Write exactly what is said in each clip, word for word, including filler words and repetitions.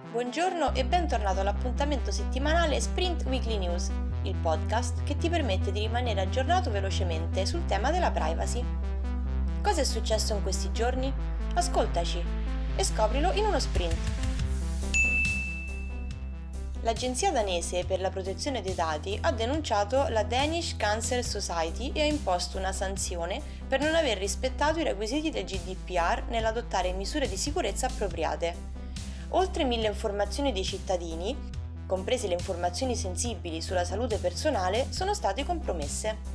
Buongiorno e bentornato all'appuntamento settimanale Sprint Weekly News, il podcast che ti permette di rimanere aggiornato velocemente sul tema della privacy. Cosa è successo in questi giorni? Ascoltaci e scoprilo in uno sprint. L'agenzia danese per la protezione dei dati ha denunciato la Danish Cancer Society e ha imposto una sanzione per non aver rispettato i requisiti del G D P R nell'adottare misure di sicurezza appropriate. Oltre mille informazioni dei cittadini, comprese le informazioni sensibili sulla salute personale, sono state compromesse.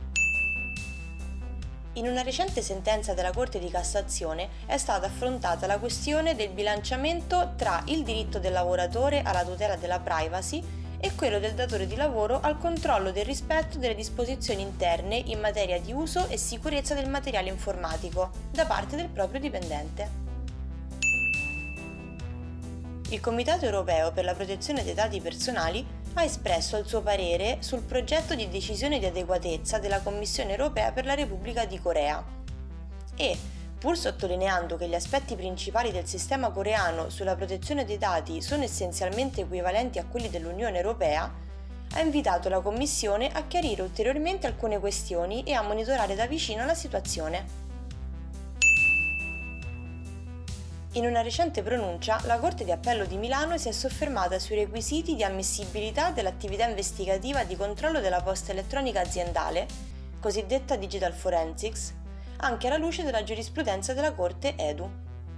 In una recente sentenza della Corte di Cassazione è stata affrontata la questione del bilanciamento tra il diritto del lavoratore alla tutela della privacy e quello del datore di lavoro al controllo del rispetto delle disposizioni interne in materia di uso e sicurezza del materiale informatico da parte del proprio dipendente. Il Comitato europeo per la protezione dei dati personali ha espresso il suo parere sul progetto di decisione di adeguatezza della Commissione europea per la Repubblica di Corea e, pur sottolineando che gli aspetti principali del sistema coreano sulla protezione dei dati sono essenzialmente equivalenti a quelli dell'Unione europea, ha invitato la Commissione a chiarire ulteriormente alcune questioni e a monitorare da vicino la situazione. In una recente pronuncia, la Corte di Appello di Milano si è soffermata sui requisiti di ammissibilità dell'attività investigativa di controllo della posta elettronica aziendale, cosiddetta Digital Forensics, anche alla luce della giurisprudenza della Corte E D U.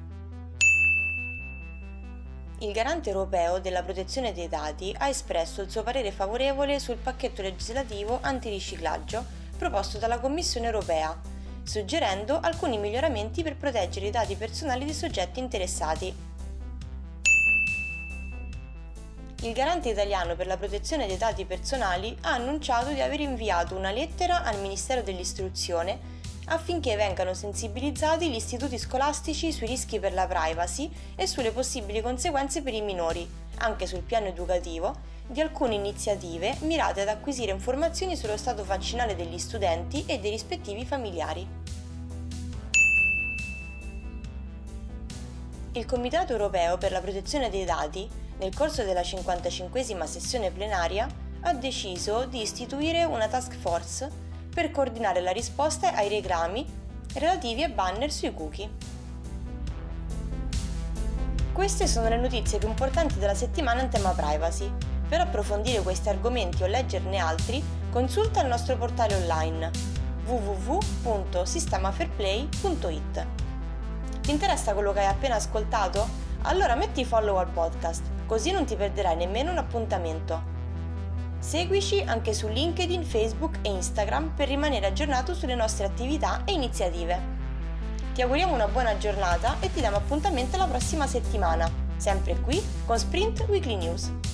Il Garante europeo della protezione dei dati ha espresso il suo parere favorevole sul pacchetto legislativo antiriciclaggio proposto dalla Commissione europea, suggerendo alcuni miglioramenti per proteggere i dati personali dei soggetti interessati. Il Garante italiano per la protezione dei dati personali ha annunciato di aver inviato una lettera al Ministero dell'Istruzione affinché vengano sensibilizzati gli istituti scolastici sui rischi per la privacy e sulle possibili conseguenze per i minori, anche sul piano educativo, di alcune iniziative mirate ad acquisire informazioni sullo stato vaccinale degli studenti e dei rispettivi familiari. Il Comitato europeo per la protezione dei dati, nel corso della cinquantacinquesima sessione plenaria, ha deciso di istituire una task force per coordinare la risposta ai reclami relativi ai banner sui cookie. Queste sono le notizie più importanti della settimana in tema privacy. Per approfondire questi argomenti o leggerne altri, consulta il nostro portale online w w w punto sistema fair play punto i t. Ti interessa quello che hai appena ascoltato? Allora metti follow al podcast, così non ti perderai nemmeno un appuntamento. Seguici anche su LinkedIn, Facebook e Instagram per rimanere aggiornato sulle nostre attività e iniziative. Ti auguriamo una buona giornata e ti diamo appuntamento alla prossima settimana, sempre qui con Sprint Weekly News.